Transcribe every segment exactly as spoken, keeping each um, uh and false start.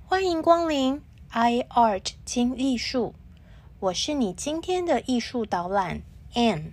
欢迎光临 iArt 听艺术，我是你今天的艺术导览 Anne。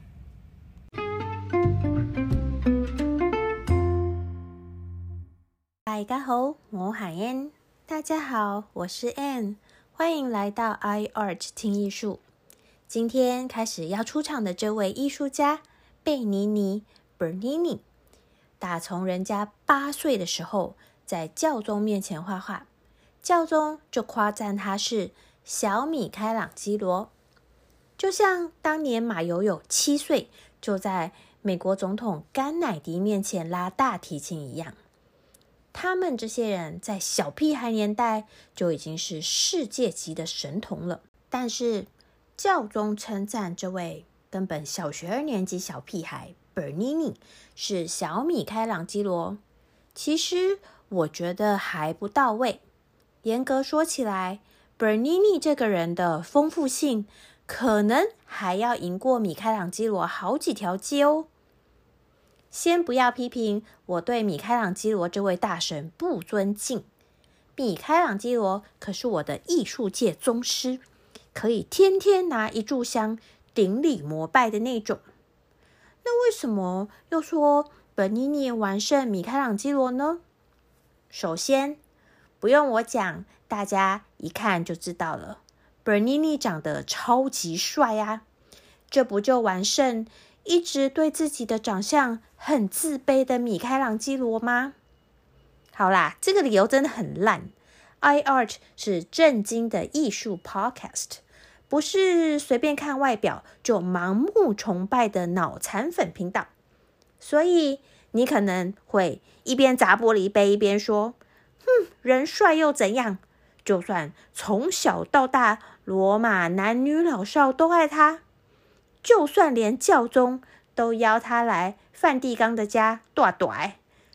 大家好，我係 Anne。大家好，我是 Anne， 欢迎来到 iArt 听艺术。今天开始要出场的这位艺术家贝尼尼 Bernini， 打从人家八岁的时候在教宗面前画画，教宗就夸赞他是小米开朗基罗，就像当年马友友七岁就在美国总统甘乃迪面前拉大提琴一样。他们这些人在小屁孩年代就已经是世界级的神童了，但是教宗称赞这位根本小学二年级小屁孩 Bernini 是小米开朗基罗，其实我觉得还不到位。严格说起来 Bernini 这个人的丰富性可能还要赢过米开朗基罗好几条街哦。先不要批评我对米开朗基罗这位大神不尊敬，米开朗基罗可是我的艺术界宗师，可以天天拿一炷香顶礼膜拜的那种。那为什么又说 Bernini 完胜米开朗基罗呢？首先不用我讲，大家一看就知道了， Bernini 长得超级帅啊，这不就完胜一直对自己的长相很自卑的米开朗基罗吗？好啦，这个理由真的很烂。iArt 是正经的艺术 podcast， 不是随便看外表就盲目崇拜的脑残粉频道。所以你可能会一边砸玻璃杯一边说，哼，人帅又怎样？就算从小到大罗马男女老少都爱他，就算连教宗都邀他来梵蒂冈的家大大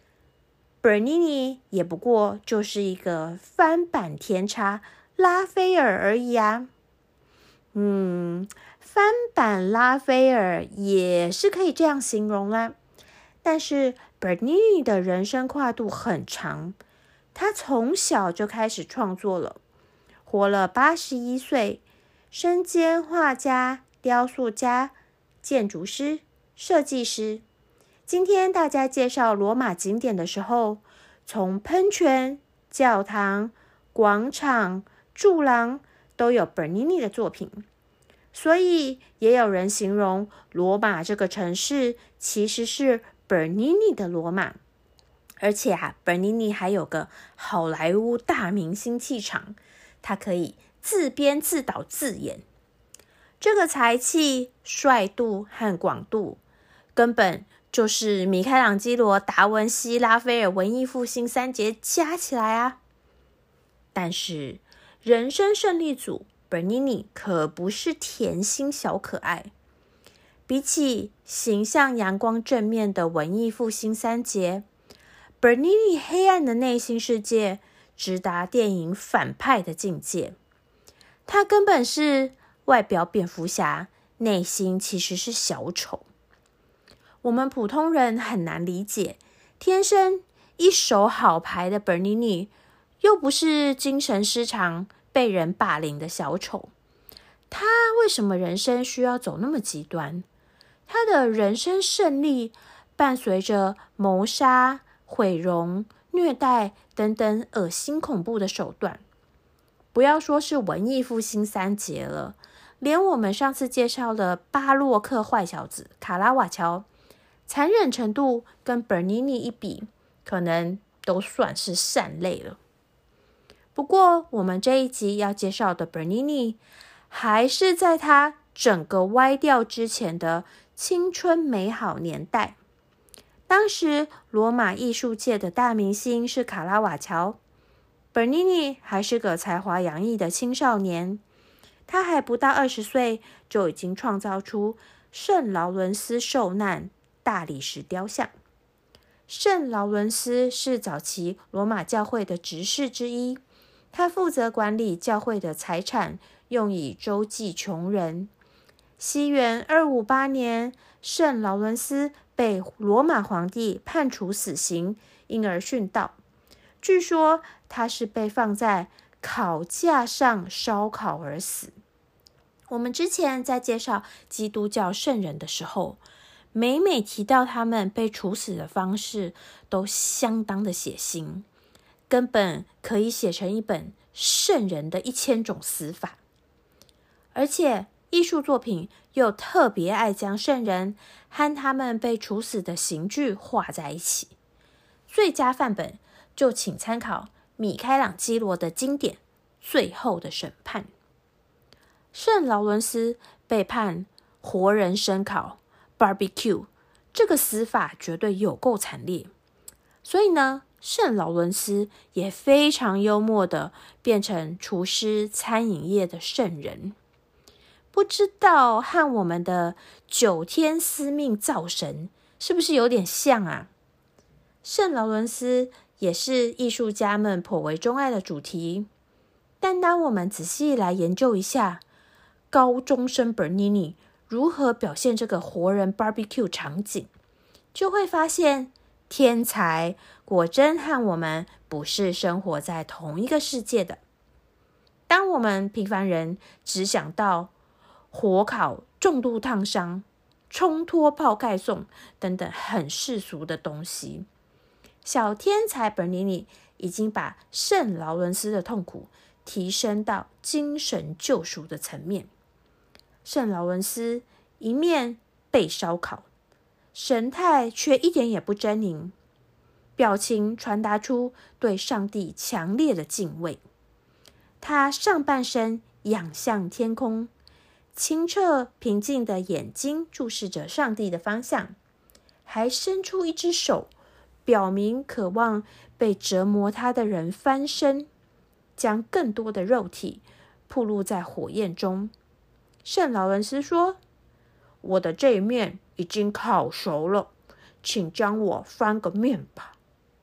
Bernini 也不过就是一个翻版甜茶拉斐尔而已啊。嗯，翻版拉斐尔也是可以这样形容啦。但是 Bernini 的人生跨度很长，他从小就开始创作了，活了八十一岁，身兼画家、雕塑家、建筑师、设计师。今天大家介绍罗马景点的时候，从喷泉、教堂、广场、柱廊都有 Bernini 的作品。所以也有人形容罗马这个城市其实是 Bernini 的罗马。而且啊 Bernini 还有个好莱坞大明星气场，他可以自编自导自演。这个才气、帅度和广度根本就是米开朗基罗、达文西、拉斐尔文艺复兴三杰加起来啊。但是人生胜利组 Bernini 可不是甜心小可爱，比起形象阳光正面的文艺复兴三杰， Bernini 黑暗的内心世界直达电影反派的境界。他根本是外表蝙蝠侠，内心其实是小丑。我们普通人很难理解，天生一手好牌的 Bernini 又不是精神失常被人霸凌的小丑，他为什么人生需要走那么极端？他的人生胜利伴随着谋杀、毁容、虐待等等恶心恐怖的手段。不要说是文艺复兴三杰了，连我们上次介绍的巴洛克坏小子卡拉瓦乔，残忍程度跟 Bernini 一比，可能都算是善类了。不过我们这一集要介绍的 Bernini 还是在他整个歪掉之前的青春美好年代。当时罗马艺术界的大明星是卡拉瓦乔， Bernini 还是个才华洋溢的青少年。他还不到二十岁就已经创造出圣劳伦斯受难大理石雕像。圣劳伦斯是早期罗马教会的执事之一，他负责管理教会的财产，用以周济穷人。西元二五八年，圣劳伦斯被罗马皇帝判处死刑，因而殉道。据说他是被放在烤架上烧烤而死。我们之前在介绍基督教圣人的时候，每每提到他们被处死的方式都相当的血腥，根本可以写成一本圣人的一千种死法。而且艺术作品又特别爱将圣人和他们被处死的刑具画在一起。最佳范本就请参考米开朗基罗的经典《最后的审判》。圣劳伦斯被判活人生烤 barbecue， 这个死法绝对有够惨烈。所以呢，圣劳伦斯也非常幽默的变成厨师餐饮业的圣人。不知道和我们的九天司命灶神是不是有点像啊？圣劳伦斯也是艺术家们颇为钟爱的主题，但当我们仔细来研究一下高中生 Bernini 如何表现这个活人 barbecue 场景，就会发现天才果真和我们不是生活在同一个世界的。当我们平凡人只想到火烤、重度烫伤、冲脱泡盖送等等很世俗的东西，小天才 Bernini 已经把圣劳伦斯的痛苦提升到精神救赎的层面。圣劳伦斯一面被烧烤，神态却一点也不狰狞，表情传达出对上帝强烈的敬畏。他上半身仰向天空，清澈平静的眼睛注视着上帝的方向，还伸出一只手，表明渴望被折磨他的人翻身，将更多的肉体暴露在火焰中。圣劳伦斯说：“我的这一面已经烤熟了，请将我翻个面吧。”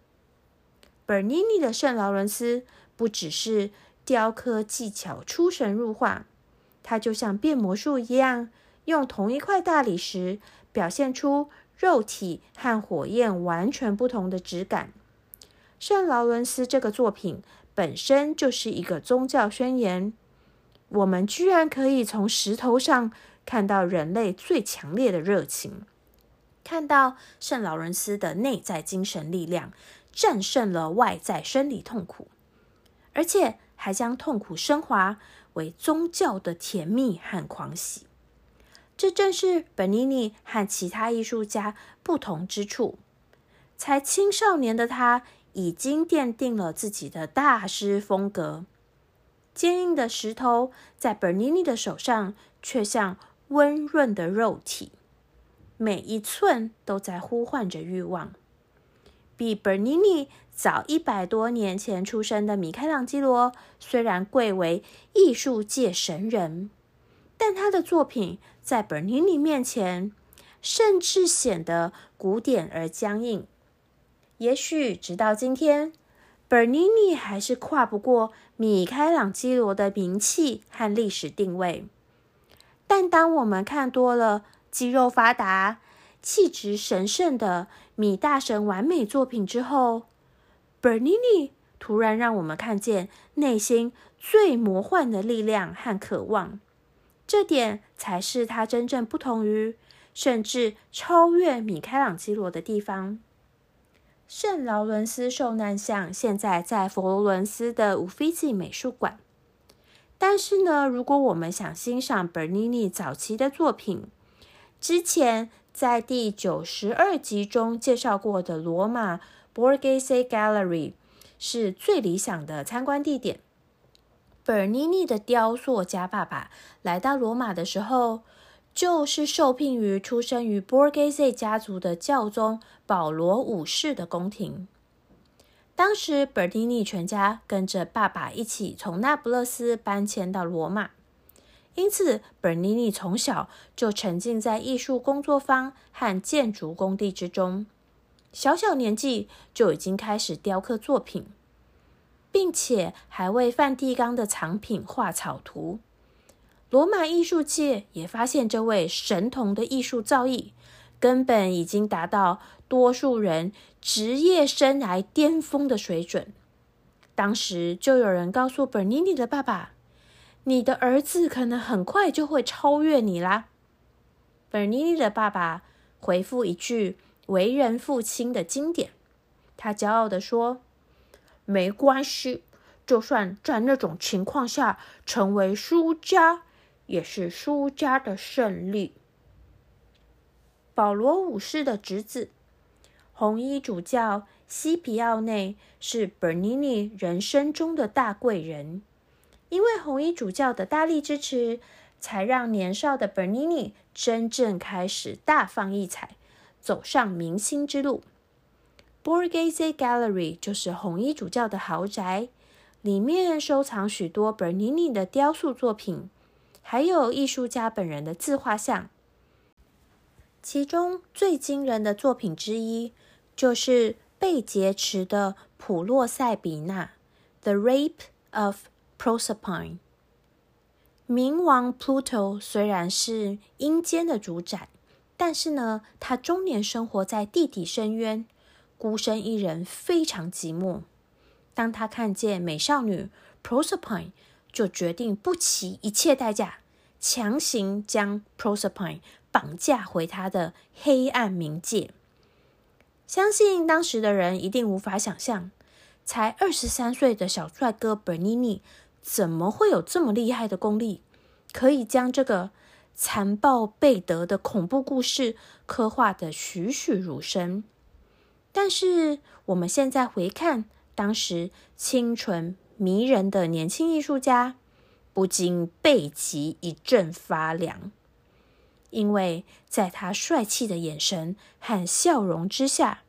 Bernini 的圣劳伦斯不只是雕刻技巧出神入化，他就像变魔术一样，用同一块大理石表现出肉体和火焰完全不同的质感。圣劳伦斯这个作品本身就是一个宗教宣言，我们居然可以从石头上看到人类最强烈的热情，看到圣劳伦斯的内在精神力量战胜了外在生理痛苦，而且还将痛苦升华为宗教的甜蜜和狂喜。这正是 Bernini 和其他艺术家不同之处。才青少年的他已经奠定了自己的大师风格。坚硬的石头在 Bernini 的手上却像温润的肉体，每一寸都在呼唤着欲望。比 Bernini 早一百多年前出生的米开朗基罗，虽然贵为艺术界神人，但他的作品在 Bernini 面前甚至显得古典而僵硬。也许直到今天， Bernini 还是跨不过米开朗基罗的名气和历史定位。但当我们看多了肌肉发达、气质神圣的米大神完美作品之后， Bernini 突然让我们看见内心最魔幻的力量和渴望。这点才是他真正不同于，甚至超越米开朗基罗的地方。圣劳伦斯受难像现在在佛罗伦斯的 Uffizi 美术馆。但是呢，如果我们想欣赏 Bernini 早期的作品，之前在第九十二集中介绍过的罗马 Borghese Gallery 是最理想的参观地点。Bernini 的雕塑家爸爸来到罗马的时候，就是受聘于出生于 Borghese 家族的教宗保罗五世的宫廷。当时 Bernini 全家跟着爸爸一起从那不勒斯搬迁到罗马，因此 Bernini 从小就沉浸在艺术工作坊和建筑工地之中，小小年纪就已经开始雕刻作品，并且还为梵蒂冈的藏品画草图。罗马艺术界也发现这位神童的艺术造诣根本已经达到多数人职业生涯巅峰的水准。 当时就有人告诉 Bernini 的爸爸，你的儿子可能很快就会超越你啦。Bernini 的爸爸回复一句为人父亲的经典，他骄傲地说，没关系，就算在那种情况下成为输家，也是输家的胜利。保罗五世的侄子，红衣主教西皮奥内是 Bernini 人生中的大贵人，因为红衣主教的大力支持，才让年少的 Bernini 真正开始大放异彩，走上明星之路。Borghese Gallery 就是红衣主教的豪宅，里面收藏许多 Bernini 的雕塑作品，还有艺术家本人的自画像。其中最惊人的作品之一，就是被劫持的普洛塞比娜 The Rape of Proserpine。 冥王 Pluto 虽然是阴间的主宰，但是呢，他终年生活在地底深渊，孤身一人，非常寂寞。当他看见美少女 Proserpine， 就决定不惜一切代价，强行将 Proserpine 绑架回他的黑暗冥界。相信当时的人一定无法想象，才二十三岁的小帅哥 Bernini 怎么会有这么厉害的功力，可以将这个残暴贝德的恐怖故事刻画得栩栩如生。但是我们现在回看当时清纯迷人的年轻艺术家，不禁背脊一阵发凉，因为在他帅气的眼神和笑容之下，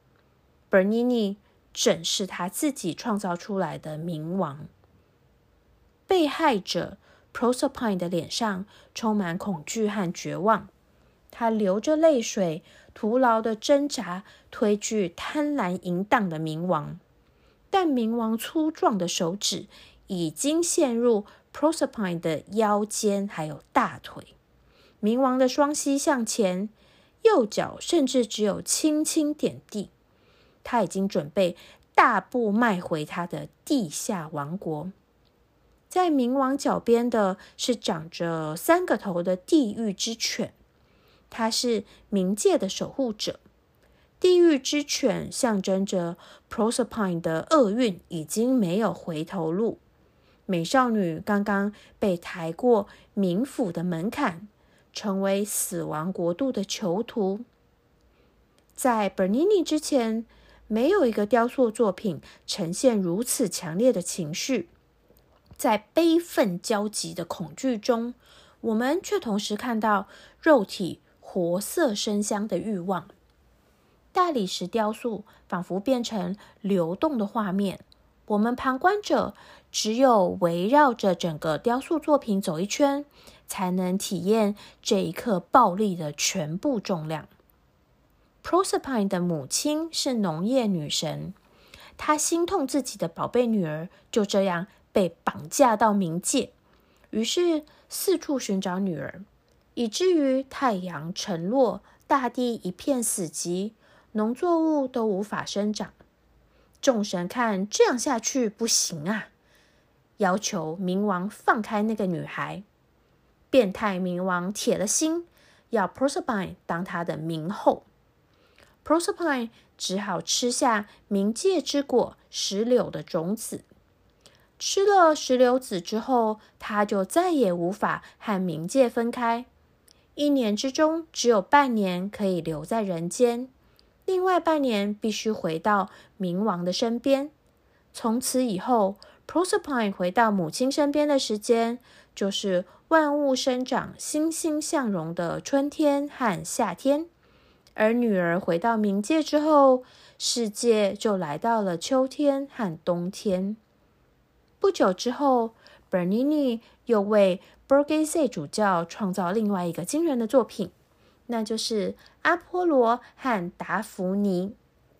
Bernini 正是他自己创造出来的冥王。被害者 Proserpine 的脸上充满恐惧和绝望，他流着泪水，徒劳的挣扎，推拒贪婪淫荡的冥王。但冥王粗壮的手指已经陷入 Proserpine 的腰间还有大腿，冥王的双膝向前，右脚甚至只有轻轻点地，他已经准备大步迈回他的地下王国。在冥王脚边的是长着三个头的地狱之犬，它是冥界的守护者。地狱之犬象征着 Proserpine 的厄运已经没有回头路，美少女刚刚被抬过冥府的门槛，成为死亡国度的囚徒。在 Bernini 之前，没有一个雕塑作品呈现如此强烈的情绪。在悲愤交集的恐惧中，我们却同时看到肉体活色生香的欲望。大理石雕塑仿佛变成流动的画面，我们旁观者只有围绕着整个雕塑作品走一圈，才能体验这一刻暴力的全部重量。Proserpine 的母亲是农业女神，她心痛自己的宝贝女儿就这样被绑架到冥界，于是四处寻找女儿，以至于太阳沉落，大地一片死寂，农作物都无法生长。众神看这样下去不行啊，要求冥王放开那个女孩。变态冥王铁了心，要 Proserpine 当他的冥后。Proserpine 只好吃下冥界之果石榴的种子。吃了石榴籽之后，他就再也无法和冥界分开。一年之中，只有半年可以留在人间，另外半年必须回到冥王的身边。从此以后 Proserpine 回到母亲身边的时间，就是万物生长、欣欣向荣的春天和夏天。而女儿回到冥界之后，世界就来到了秋天和冬天。不久之后， Bernini 又为 Borghese 主教创造另外一个惊人的作品，那就是阿波罗和达芙妮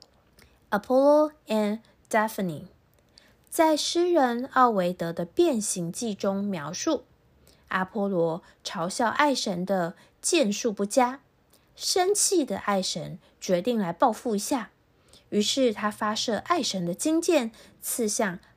Apollo and Daphne。 在诗人奥维德的《变形记》中描述，阿波罗嘲笑爱神的剑术不佳，生气的爱神决定来报复一下，于是他发射爱神的金箭，刺向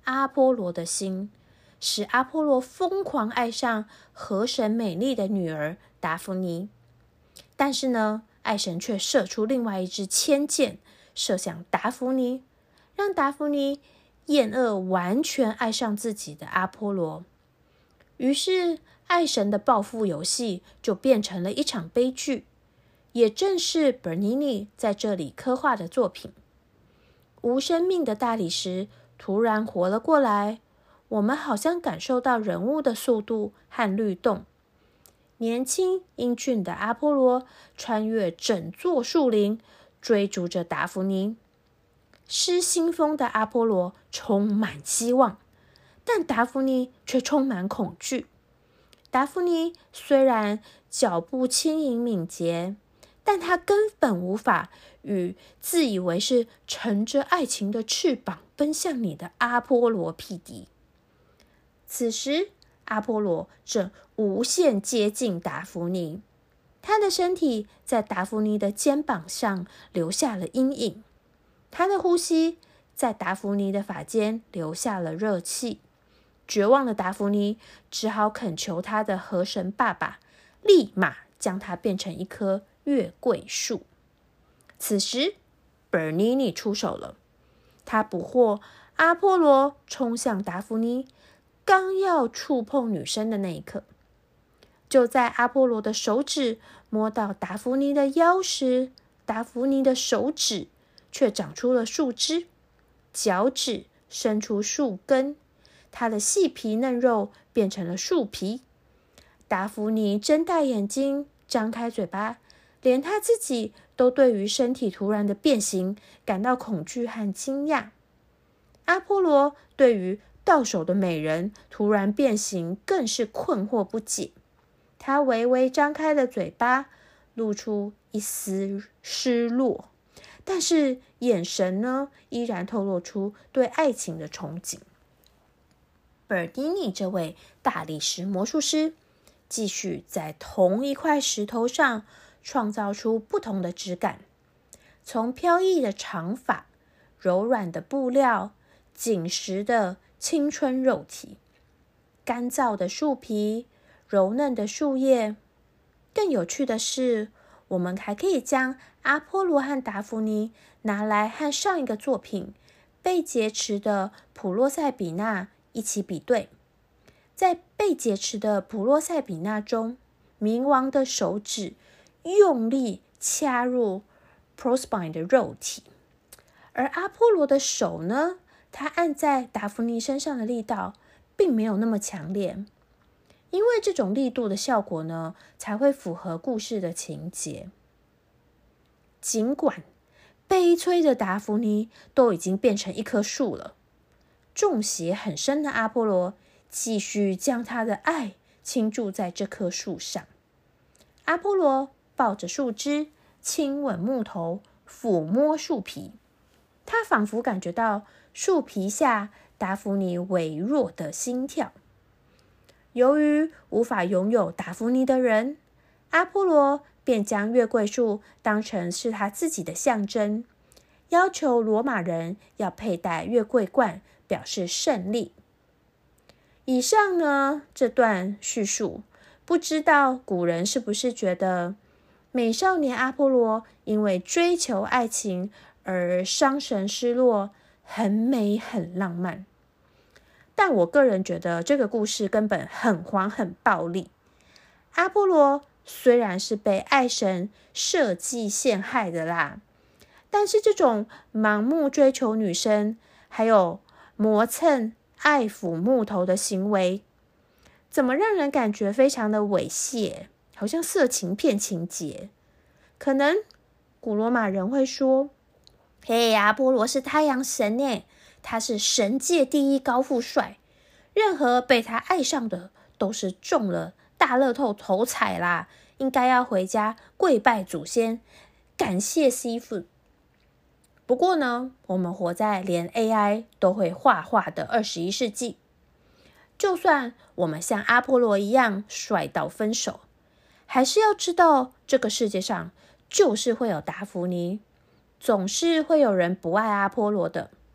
阿波罗的心，使阿波罗疯狂爱上河神美丽的女儿达芙妮。但是呢，爱神却射出另外一支铅箭，射向达芙妮，让达芙妮厌恶完全爱上自己的阿波罗。于是，爱神的报复游戏就变成了一场悲剧，也正是 Bernini 在这里刻画的作品。无生命的大理石突然活了过来，我们好像感受到人物的速度和律动。年轻英俊的阿波罗穿越整座树林，追逐着达芙妮。失心疯的阿波罗充满希望，但达芙妮却充满恐惧。达芙妮虽然脚步轻盈敏捷，但她根本无法与自以为是乘着爱情的翅膀奔向你的阿波罗匹敌。此时，阿波罗正无限接近达芙妮，他的身体在达芙妮的肩膀上留下了阴影，他的呼吸在达芙妮的发间留下了热气。绝望的达芙妮只好恳求他的河神爸爸立马将它变成一棵月桂树。此时 Bernini 出手了，他捕获阿波罗冲向达芙妮，刚要触碰女生的那一刻，就在阿波罗的手指摸到达芙妮的腰时，达芙妮的手指却长出了树枝，脚趾伸出树根，她的细皮嫩肉变成了树皮。达芙妮睁大眼睛，张开嘴巴，连她自己都对于身体突然的变形感到恐惧和惊讶。阿波罗对于到手的美人突然变形更是困惑不解，他微微张开了嘴巴，露出一丝失落，但是眼神呢，依然透露出对爱情的憧憬。Bernini 这位大理石魔术师继续在同一块石头上创造出不同的质感，从飘逸的长发、柔软的布料、紧实的青春肉体、干燥的树皮、柔嫩的树叶。更有趣的是，我们还可以将阿波罗和达芙妮拿来和上一个作品贝劫持的普洛塞比纳一起比对。在贝劫持的普洛塞比纳中，冥王的手指用力掐入 Proserpine 的肉体，而阿波罗的手呢，他按在达芙妮身上的力道并没有那么强烈，因为这种力度的效果呢，才会符合故事的情节。尽管悲催的达芙妮都已经变成一棵树了，中邪很深的阿波罗继续将他的爱倾注在这棵树上。阿波罗抱着树枝，亲吻木头，抚摸树皮，他仿佛感觉到树皮下达芙妮微弱的心跳。由于无法拥有达芙妮的人，阿波罗便将月桂树当成是他自己的象征，要求罗马人要佩戴月桂冠，表示胜利。以上呢，这段叙述，不知道古人是不是觉得美少年阿波罗因为追求爱情而伤神失落，很美很浪漫。但我个人觉得这个故事根本很黄很暴力。阿波罗虽然是被爱神设计陷害的啦，但是这种盲目追求女生，还有磨蹭爱抚木头的行为，怎么让人感觉非常的猥亵，好像色情片情节。可能古罗马人会说，嘿，阿波罗是太阳神耶，他是神界第一高富帅，任何被他爱上的都是中了大乐透头彩啦，应该要回家跪拜祖先，感谢师父。不过呢，我们活在连 A I 都会画画的二十一世纪，就算我们像阿波罗一样帅到分手，还是要知道这个世界上就是会有达芙妮，总是会有人不爱阿波罗的。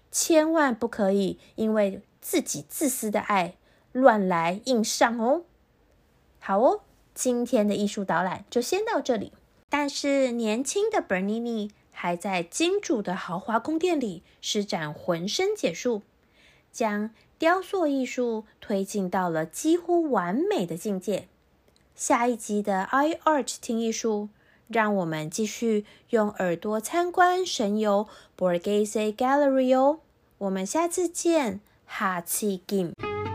千万不可以因为自己自私的爱乱来硬上哦。好哦，今天的艺术导览就先到这里。但是年轻的 Bernini 还在金主的豪华宫殿里施展浑身解数，将雕塑艺术推进到了几乎完美的境界。下一集的 iArt 听艺术，让我们继续用耳朵参观神游 Borghese Gallery 哦。我们下次见，下次見。